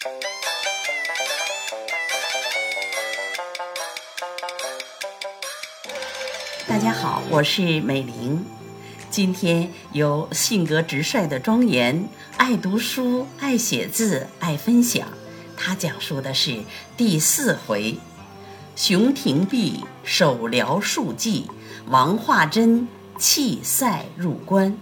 大家好，我是美玲。今天由性格直率的庄严、爱读书、爱写字、爱分享，他讲述的是第4回熊廷弼手疗数计，王化贞弃塞入关。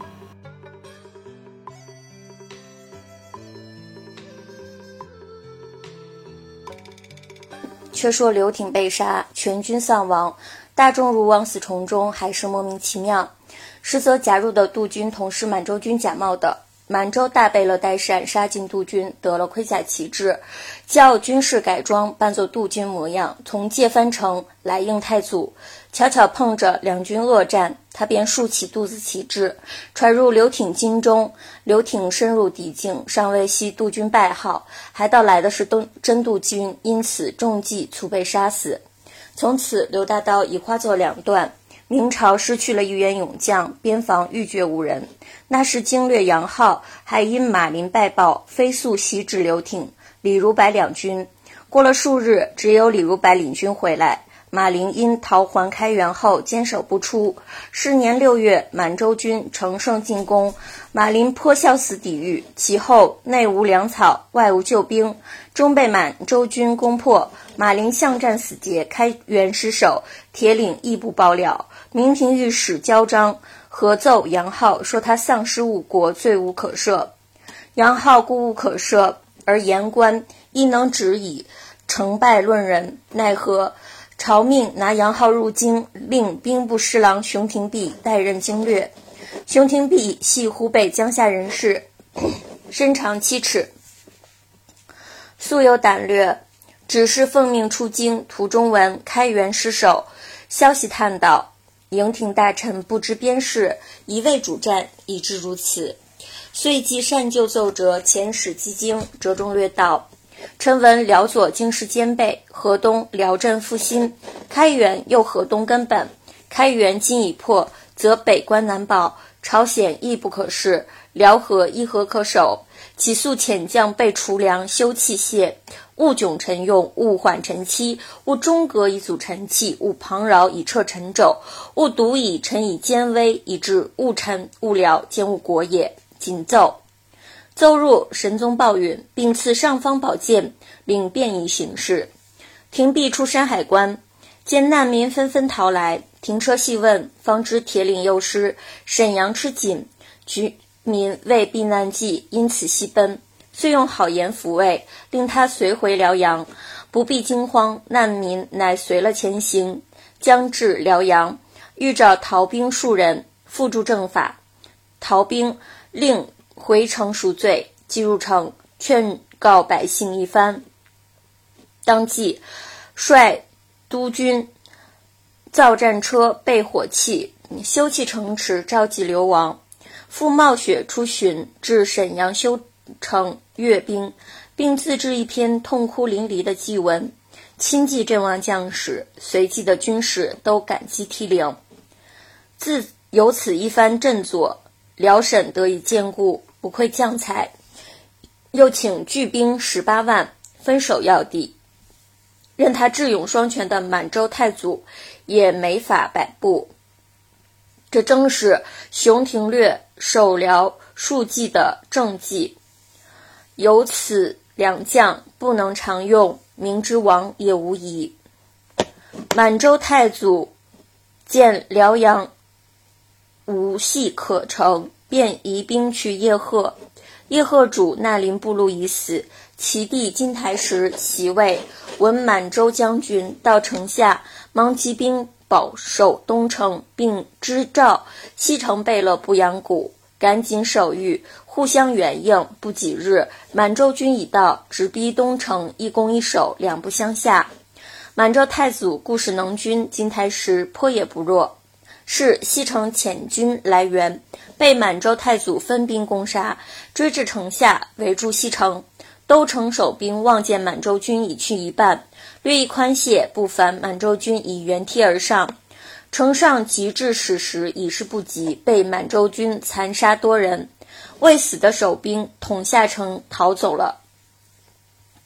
却说刘挺被杀，全军丧亡，大众如枉死丛中，还是莫名其妙。实则假入的杜军同是满洲军假冒的。满洲大贝勒代善杀进杜军，得了盔甲旗帜，叫军士改装，扮作杜军模样，从界藩城来应太祖。巧巧碰着两军恶战，他便竖起杜字旗帜，传入刘挺军中。刘挺深入敌境，尚未悉杜军败号，还到来的是真杜军，因此中计猝被杀死。从此刘大刀已化作2段。明朝失去了一员勇将，边防欲绝无人。那时经略杨浩还因马林败报，飞速袭至刘挺、李如柏两军。过了数日，只有李如柏领军回来。马林因逃还开原后坚守不出。是年6月，满洲军乘胜进攻，马林颇效死抵御，其后内无粮草，外无救兵，终被满洲军攻破。马林巷战死节，开原失守，铁岭亦不保了。明廷御史焦章合奏杨浩，说他丧失误国，罪无可赦。杨浩故无可赦，而言官亦能止以成败论人，奈何朝命拿杨浩入京，令兵部侍郎熊廷弼代任经略。熊廷弼系湖北江夏人士，身长7尺，素有胆略，只是奉命出京，途中闻开原失守，消息探到，营廷大臣不知边事，一味主战，以致如此。遂即善就奏折遣使击京，折中略道：臣闻辽左京师兼备，河东辽镇复兴，开原又河东根本。开原今已破，则北关难保，朝鲜亦不可视，辽河亦何可守？起速遣将备储粮，修器械，勿窘臣用，勿缓臣期，勿中革以阻臣气，勿旁扰以掣臣肘，勿独以臣以奸威，以致误臣误辽，兼误国也。谨奏。奏入，神宗报允，并赐尚方宝剑，领便宜行事。廷弼出山海关，见难民纷纷逃来，停车细问，方知铁岭又失，沈阳吃紧，居民为避难计，因此西奔。遂用好言抚慰，令他随回辽阳，不必惊慌。难民乃随了前行，将至辽阳，欲找逃兵数人，附助正法。逃兵令回城赎罪，即入城劝告百姓一番。当即率督军造战车，备火器，修葺城池，召集流亡。复冒雪出巡，至沈阳修城阅兵，并自制一篇痛哭淋漓的祭文，亲祭阵亡将士，随即的军士都感激涕零。自由此一番振作，辽沈得以坚固，不愧将才。又请巨兵18万，分守要地。任他智勇双全的满洲太祖也没法摆布。这正是熊廷略手疗数计的政绩。由此两将不能常用，明之亡也无疑。满洲太祖见辽阳无隙可乘，便移兵去叶赫。叶赫主纳林部落已死，其弟金台石袭位，闻满洲将军到城下，忙集兵保守东城，并支召西城贝勒不阳谷，赶紧守御，互相援应。不几日，满洲军已到，直逼东城，一攻一守，两不相下。满洲太祖固是能军，金台石颇也不弱，是西城遣军来援，被满洲太祖分兵攻杀，追至城下，围住西城。都城守兵望见满洲军已去一半，略一宽懈，不凡满洲军已原梯而上。城上及至矢时，已是不及，被满洲军残杀多人。未死的守兵统下城逃走了。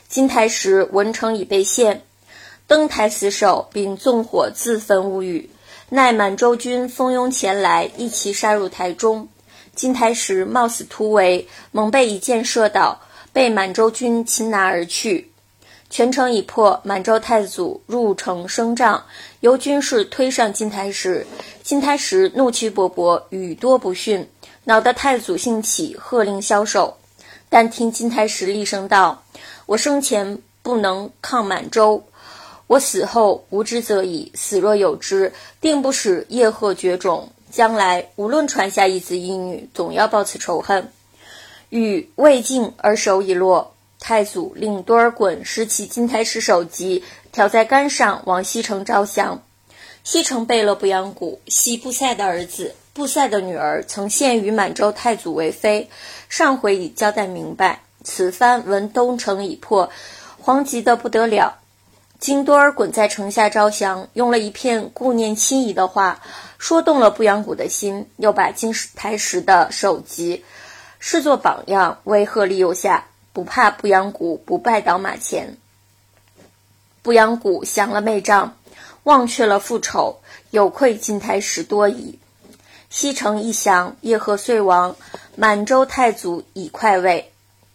金台时文成已被陷，登台死守，并纵火自焚无语。奈满洲军蜂拥前来，一齐杀入台中。金台时冒死突围，猛被一箭射倒，被满洲军擒拿而去。全城已破，满洲太祖入城升帐，由军士推上金台时。金台时怒气勃勃，语多不逊，恼得太祖兴起，喝令枭首。但听金台时厉声道：“我生前不能抗满洲，我死后无之则已，死若有之，定不使叶赫绝种。将来无论传下一子一女，总要报此仇恨。”语未尽而手已落。太祖令多尔衮拾起金台石首级，挑在杆上，往西城招降。西城贝勒不扬古，系布塞的儿子，布塞的女儿曾献于满洲太祖为妃，上回已交代明白。此番闻东城已破，惶急得不得了。经多尔衮在城下招降，用了一片顾念亲姨的话，说动了不扬古的心，又把金台石的首级视作榜样，威吓利诱下，不怕不扬古不拜倒马前。不扬古降了媚帐，忘却了复仇，有愧金台石多矣。西城一降，叶赫遂亡，满洲太祖已快位。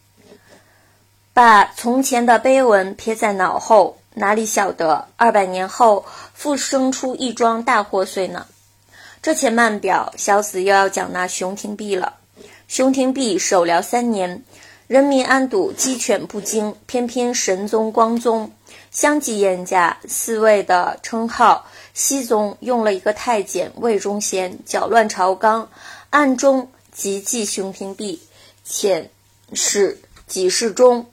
把从前的碑文撇在脑后，哪里晓得200年后复生出一桩大祸祟呢？这且慢表，小子又要讲那熊廷弼了。熊廷弼守辽3年，人民安堵，鸡犬不惊，偏偏神宗光宗相继严加4位的称号。熹宗用了一个太监魏忠贤，搅乱朝纲，暗中急忌熊廷弼，遣使给事中。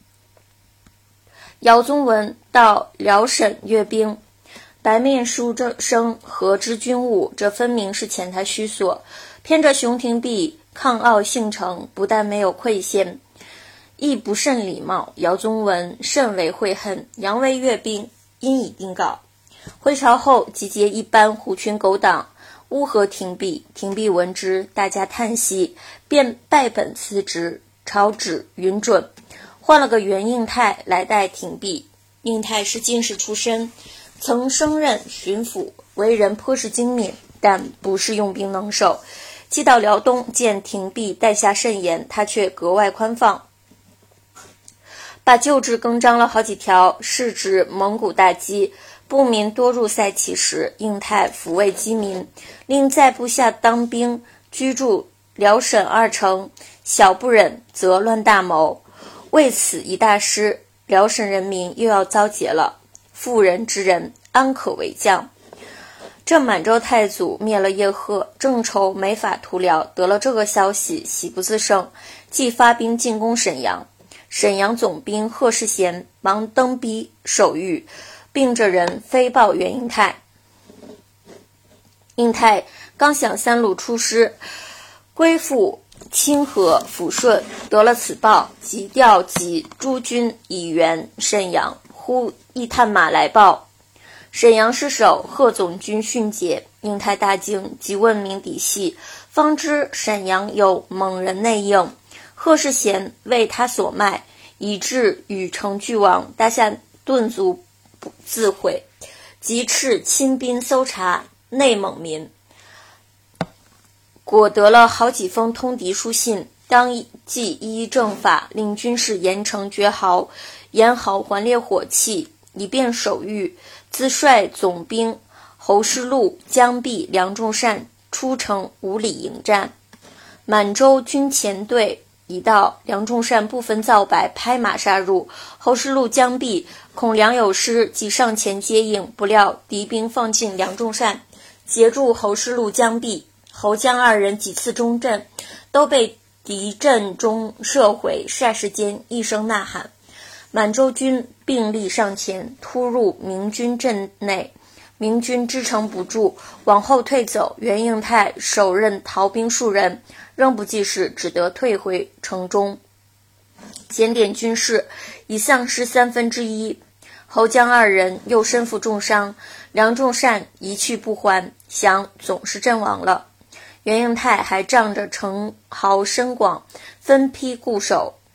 姚宗文到辽沈阅兵，白面书生何知军务，这分明是遣他虚索。偏着熊廷弼抗傲性成，不但没有愧献，亦不甚礼貌。姚宗文甚为悔恨，扬为阅兵，因以定稿。回朝后，集结一班狐群狗党，乌合廷弼。廷弼闻之，大家叹息，便拜本辞职。朝旨允准，换了个袁应泰来代廷弼。应泰是进士出身，曾升任巡抚，为人颇是精敏，但不是用兵能手。既到辽东，见廷弼待下甚严，他却格外宽放，把旧制更张了好几条，是指蒙古大饥，部民多入塞其时，应泰抚慰饥民，令在部下当兵，居住辽沈2城，小不忍则乱大谋。为此一大失，辽沈人民又要遭劫了，妇人之人安可为将？这满洲太祖灭了叶赫，正愁没法图辽，得了这个消息，喜不自胜，即发兵进攻沈阳。沈阳总兵贺世贤忙登逼守御，并着人飞报袁应泰。应泰刚想3路出师，归附清河、抚顺，得了此报，即调集诸军以援沈阳。忽一探马来报，沈阳失守，贺总军迅捷。应泰大惊，即问明底细，方知沈阳有猛人内应，贺世贤为他所卖，以致与城俱亡，大下顿足自毁，即敕亲兵搜查内蒙民，果得了好几封通敌书信，当即依正法，令军士严惩绝壕，严壕还烈火器，以便守御。自率总兵侯世禄、江弼、梁仲善出城5里迎战。满洲军前队已到，梁仲善不分皂白，拍马杀入。侯世禄、江弼恐梁有失，即上前接应，不料敌兵放进梁仲善，截住侯世禄、江弼。侯江2人几次中阵，都被敌阵中射回，霎时间一声呐喊，满洲军并力上前，突入明军阵内，明军支撑不住，往后退走。袁应泰手刃逃兵数人，仍不济事，只得退回城中。检点军士，已丧失1/3。侯江2人又身负重伤，梁仲善一去不还，想总是阵亡了。袁应泰还仗着城壕深广，分批固守。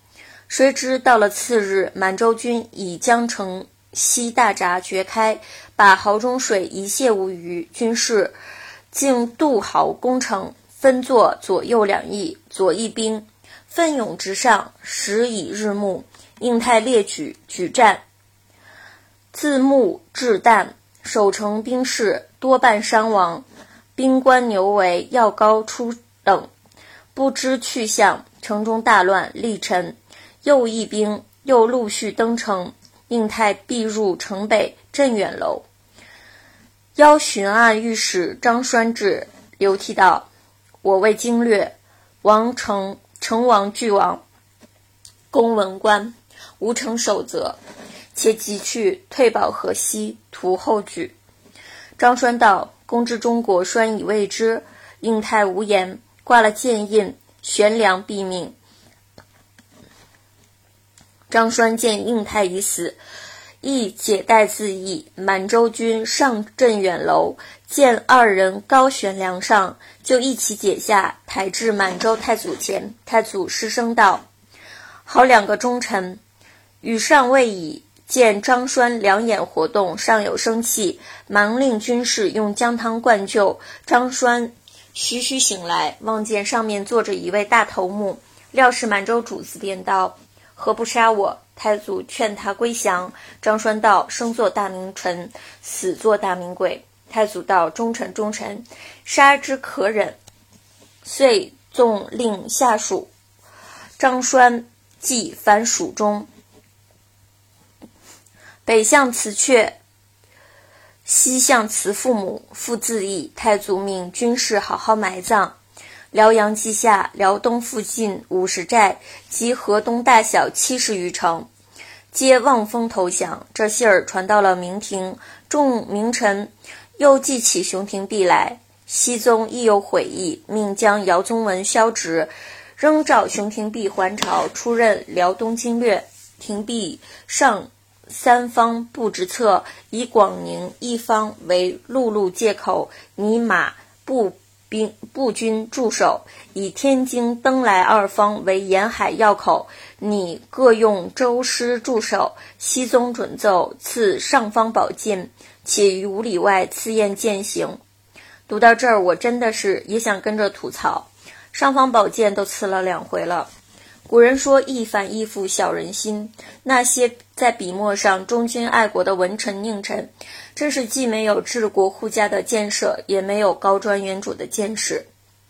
谁知到了次日，满洲军已将城西大闸掘开，把壕中水一泻无余，军士竟渡壕攻城，分作左右两翼，左翼兵奋勇直上，时已日暮，应泰列举战，自木至旦，守城兵士多半伤亡，兵官牛为药膏出等，不知去向，城中大乱，立陈右翼兵又陆续登城，应泰避入城北镇远楼。邀巡按御史张栓至，流涕道：我为经略，成王俱亡，公文官无城守则，且急去退保河西，图后举。张栓道：公知中国栓以未之，应泰无言，挂了剑印，悬梁毙命。张栓见应泰已死，亦解带自缢，满洲军上镇远楼，见二人高悬梁上，就一起解下，抬至满洲太祖前。太祖失声道：好两个忠臣，羽尚未已。见张栓两眼活动，尚有生气，忙令军士用姜汤灌救。张栓徐徐醒来，望见上面坐着一位大头目，料是满洲主子，便道：何不杀我？太祖劝他归降。张栓道：生做大明臣，死做大明鬼。太祖道：忠臣，杀之可忍。遂纵令下属。张栓即返蜀中，北向辞阙，西向辞父母，父自缢。太祖命军士好好埋葬。辽阳记下，辽东附近50寨及河东大小70余城，皆望风投降。这信儿传到了明廷，众名臣又记起熊廷弼来。熹宗亦有悔意，命将姚宗文削职，仍召熊廷弼还朝，出任辽东经略。廷弼上三方布之策，以广宁一方为陆路界口，拟马步军驻守，以天津登莱二方为沿海要口，拟各用州师驻守。熹宗准奏，赐上方宝剑，且于5里外赐宴饯行。读到这儿，我真的是也想跟着吐槽，上方宝剑都赐了2回了。古人说义反义负小人心，那些在笔墨上忠君爱国的文臣佞臣，真是既没有治国护家的建设，也没有高瞻远瞩的见识。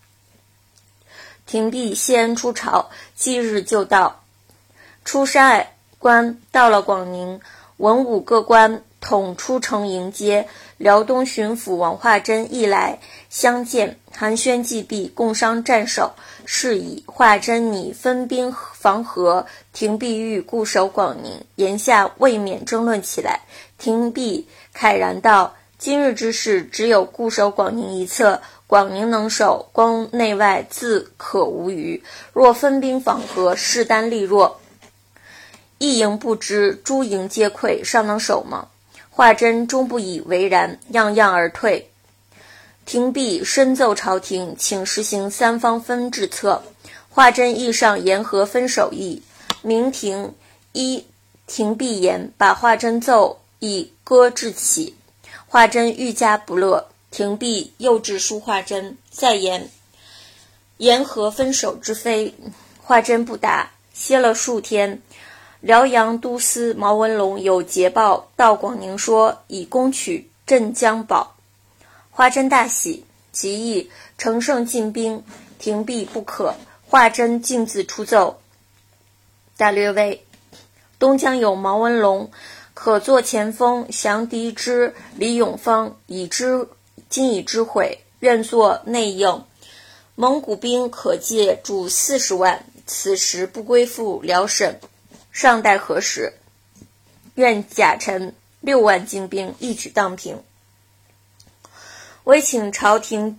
廷弼谢恩出朝，即日就到，出山隘关，到了广宁，文武各官统出城迎接。辽东巡抚王化贞亦来相见，寒暄既毕，共商战守事宜。化贞拟分兵防河，廷弼欲固守广宁，言下未免争论起来。廷弼慨然道：今日之事，只有固守广宁一策，广宁能守，光内外自可无虞。若分兵防河，势单力弱，一营不支，诸营皆溃，尚能守吗？化贞终不以为然，样样而退。廷弼深奏朝廷，请实行三方分治策。化贞议上言和分守议，明廷依廷弼言，把化贞奏以搁置起。化贞愈加不乐，廷弼又致书化贞，再言和分守之非。化贞不答，歇了数天。辽阳都司毛文龙有捷报到广宁，说以攻取镇江堡。化贞大喜，即议乘胜进兵，廷弼不可。化贞径自出奏，大略为：东江有毛文龙，可作前锋，降敌之李永芳，今已知毁，愿作内应。蒙古兵可借主40万，此时不归附辽沈，尚待何时？愿甲辰6万精兵，一举荡平。唯请朝廷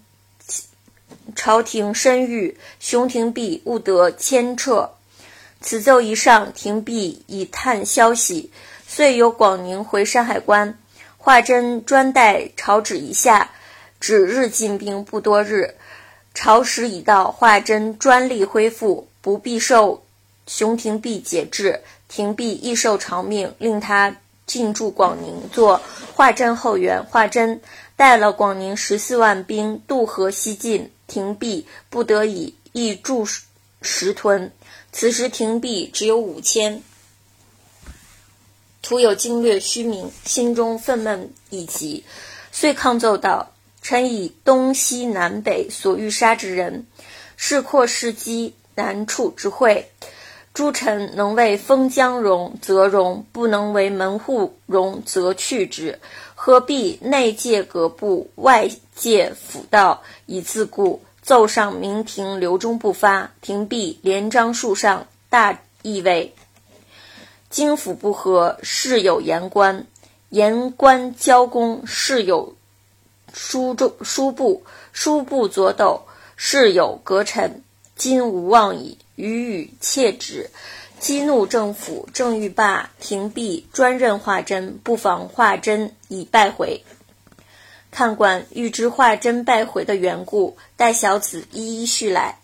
深谕，熊廷弼勿得牵掣。此奏一上，廷弼以探消息，遂由广宁回山海关。化贞专待朝旨一下，指日进兵不多日，朝时已到，化贞专力恢复，不必受熊廷弼解制，廷弼益寿长命，令他进驻广宁，做华真后援。华真带了广宁14万兵渡河西进，廷弼不得已亦驻石屯。此时廷弼只有5000，徒有经略虚名，心中愤懑已极，遂抗奏道：臣以东西南北所欲杀之人，是阔是击难处之会。诸臣能为封疆容则容，不能为门户容则去之。何必内界阁部，外界辅道，以自固？奏上明廷留中不发，廷弼连章数上，大意为：京府不和，事有言官；言官交公，事有书部；书部左斗，事有阁臣。今无望矣，予切之。激怒政府，正欲罢，廷弼专任华真，不妨华真以败回。看官欲知华真败回的缘故，待小子一一叙来。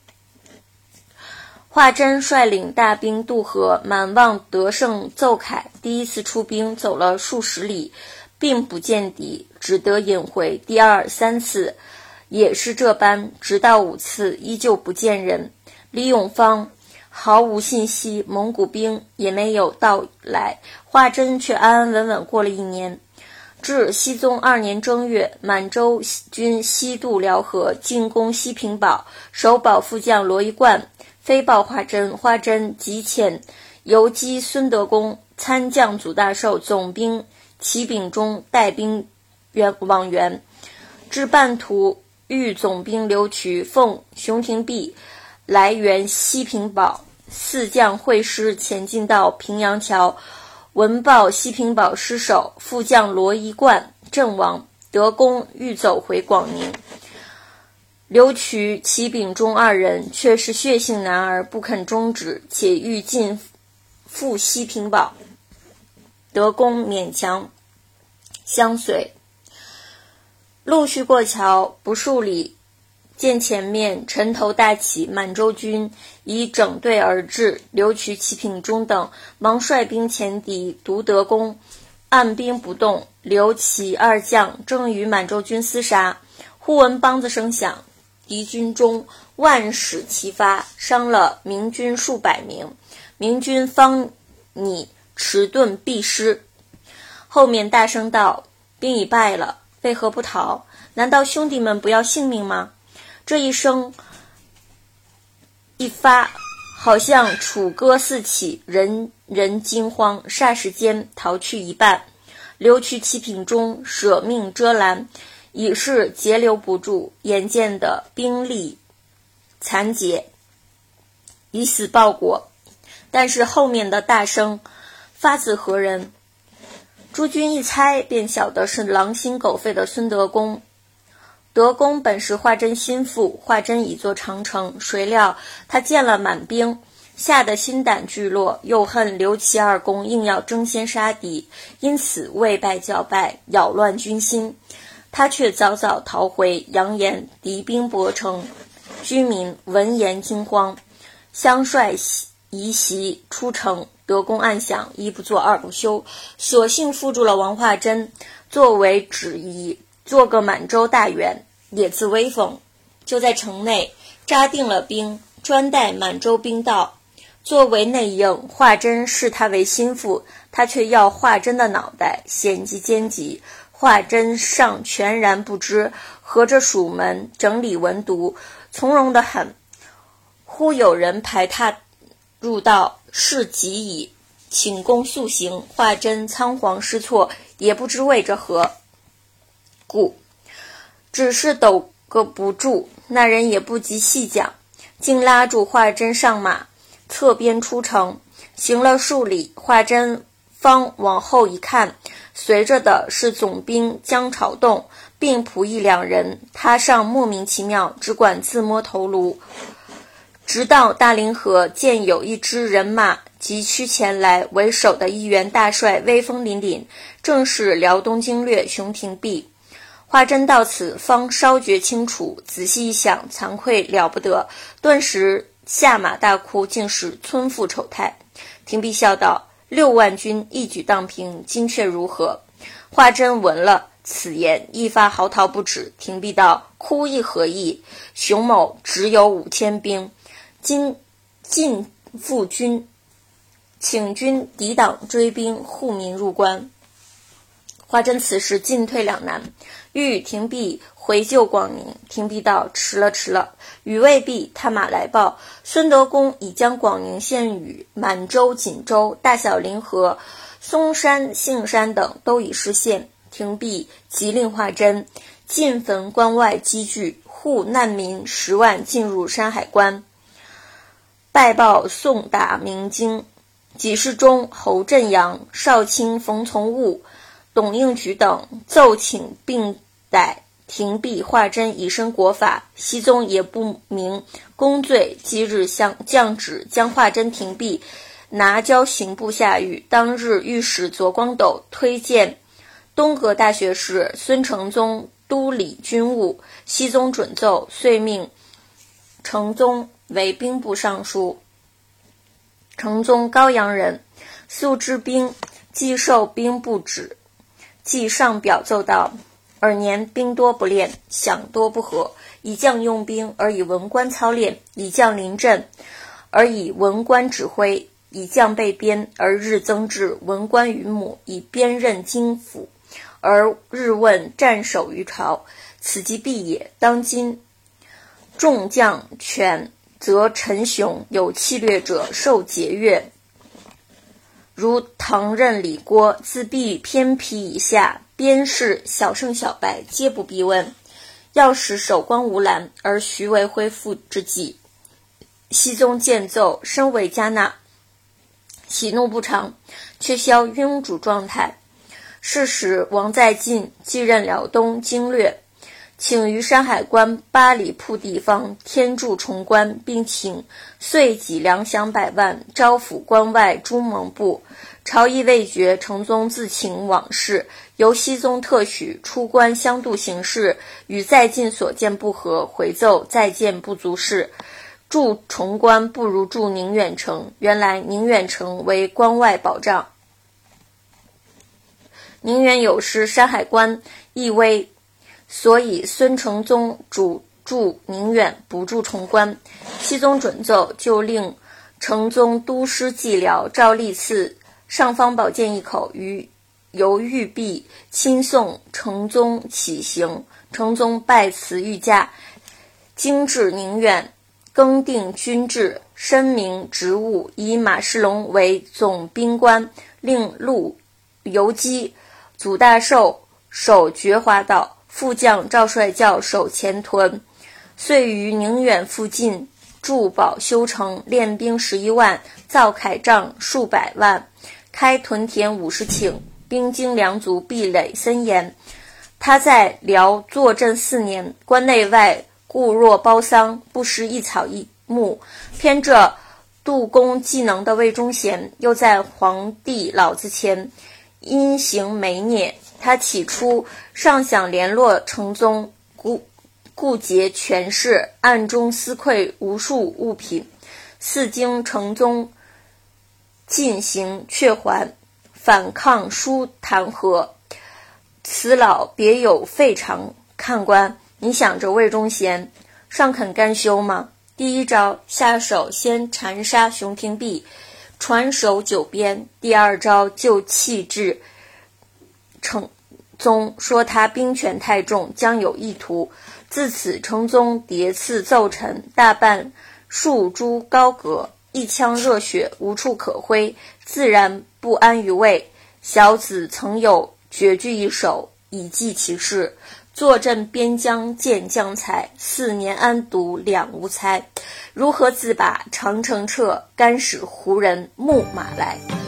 华真率领大兵渡河，满望得胜奏凯，第一次出兵走了数十里，并不见敌，只得引回。第2、3次也是这般，直到5次依旧不见人。李永芳毫无信息，蒙古兵也没有到来，华真却安安稳稳过了1年。至熙宗2年正月，满洲军西渡辽河，进攻西平堡，守保副将罗一贯飞报华真，华真即遣游击孙德公、参将祖大寿、总兵齐秉忠带兵往援。至半途，遇总兵刘渠奉熊廷弼来援西平堡，4将会师前进到平阳桥，闻报西平堡失守，副将罗一贯阵亡，德公欲走回广宁。刘渠、齐秉忠2人却是血性男儿，不肯终止，且欲进赴西平堡。德公勉强相随。陆续过桥不数里，见前面尘头大起，满洲军已整队而至，刘渠、齐秉忠等忙率兵前敌，独德公按兵不动。刘齐2将正与满洲军厮杀，忽闻梆子声响，敌军中万矢齐发，伤了明军数百名，明军方拟迟钝必失。后面大声道：兵已败了，为何不逃？难道兄弟们不要性命吗？这一声一发，好像楚歌四起，人人惊慌，霎时间逃去一半。刘渠、齐秉忠舍命遮拦，已是截留不住，眼见的兵力残竭，以死报国。但是后面的大声发自何人？诸军一猜，便晓得是狼心狗肺的孙德公。德公本是华真心腹，华真已作长城，谁料他见了满兵，吓得心胆俱落，又恨刘齐2公硬要争先杀敌，因此为败叫败，扰乱军心。他却早早逃回，扬言敌兵薄城，居民闻言惊慌，相率移席出城。德公暗想，一不做二不休，索性附住了王华真，作为旨意，做个满洲大员，也自威风。就在城内扎定了兵，专待满洲兵到。作为内应，华真视他为心腹，他却要华真的脑袋，险极奸极。华真尚全然不知，合着蜀门整理文牍，从容得很。忽有人排他入道，事急矣，请公速行。华真仓皇失措，也不知为着何故，只是抖个不住。那人也不及细讲，竟拉住华真上马，侧边出城。行了数里，华真方往后一看，随着的是总兵江朝栋，并仆役2人。他尚莫名其妙，只管自摸头颅。直到大凌河，见有一支人马急趋前来，为首的一员大帅威风凛凛，正是辽东经略熊廷弼。华真到此方稍觉清楚，仔细一想，惭愧了不得，顿时下马大哭，竟是村妇丑态。廷弼笑道：“6万军一举荡平，今却如何？”华珍闻了此言，一发嚎啕不止。廷弼道：“哭亦何意？熊某只有5000兵，今进复军，请君抵挡追兵，护民入关。”华珍此时进退两难，欲与廷弼回救广宁。廷弼道：“迟了。”语未毕，他马来报，孙德公已将广宁县与满洲、锦州、大小临河、松山、杏山等都已失陷。廷弼急令华珍进焚关外积聚，护难民10万进入山海关。拜报送达明京。给事中侯振阳、少卿冯从武、董应举等奏请并逮廷弼、华珍以身国法。熹宗也不明公罪，即日降旨将华珍、廷弼拿交刑部下狱。当日御史左光斗推荐东阁大学士孙承宗督理军务，熹宗准奏，遂命承宗为兵部尚书。承宗高阳人，素知兵，既受兵部旨，即上表奏道：“尔年兵多不练，饷多不和，以将用兵而以文官操练，以将临阵而以文官指挥，以将备边而日增至文官于母，以边任京府而日问战守于朝，此即必也。当今众将权则陈雄，有气略者受节钺，如唐任、李郭，自必偏僻以下，边事小胜小败，皆不必问。要使守关无拦，而徐为恢复之计。”熹宗见奏，深为加纳，喜怒不常，却消庸主状态。是时王在晋继任辽东经略，请于山海关8里铺地方添筑重关，并请岁给粮饷100万，招抚关外诸盟部。朝议未决，承宗自请往事，由熹宗特许出关相度行事，与在晋所见不合，回奏在见不足事，筑重关不如筑宁远城。原来宁远城为关外保障，宁远有失，山海关亦危，所以孙承宗主筑宁远，不筑重关。熹宗准奏，就令承宗督师蓟辽赵立赐尚方宝剑一口，于由玉璧亲送承宗起行。承宗拜辞御驾，经至宁远，更定军制，申明职务，以马世龙为总兵官，令陆游击、祖大寿守觉华岛，副将赵帅教守前屯。遂于宁远附近筑保修城，练兵11万，造铠仗数百万，开屯田50顷，兵精粮足，壁垒森严。他在辽坐镇4年，关内外固若包桑，不失一草一木。偏这杜公技能的魏忠贤，又在皇帝老子前因行霉孽。他起初尚想联络承宗，顾结权势，暗中私馈无数物品。似经承宗进行却还，反抗书弹劾。此老别有废长。看官，你想着魏忠贤尚肯甘休吗？第一招下手先缠杀熊廷弼，传首9边。第二招就弃置承宗，说他兵权太重，将有意图。自此承宗迭次奏臣，大半束诸高阁，一腔热血无处可挥，自然不安于位。小子曾有绝句一首，以记其事。坐镇边疆见将才，4年安独两无猜。如何自把长城撤，干使胡人牧马来。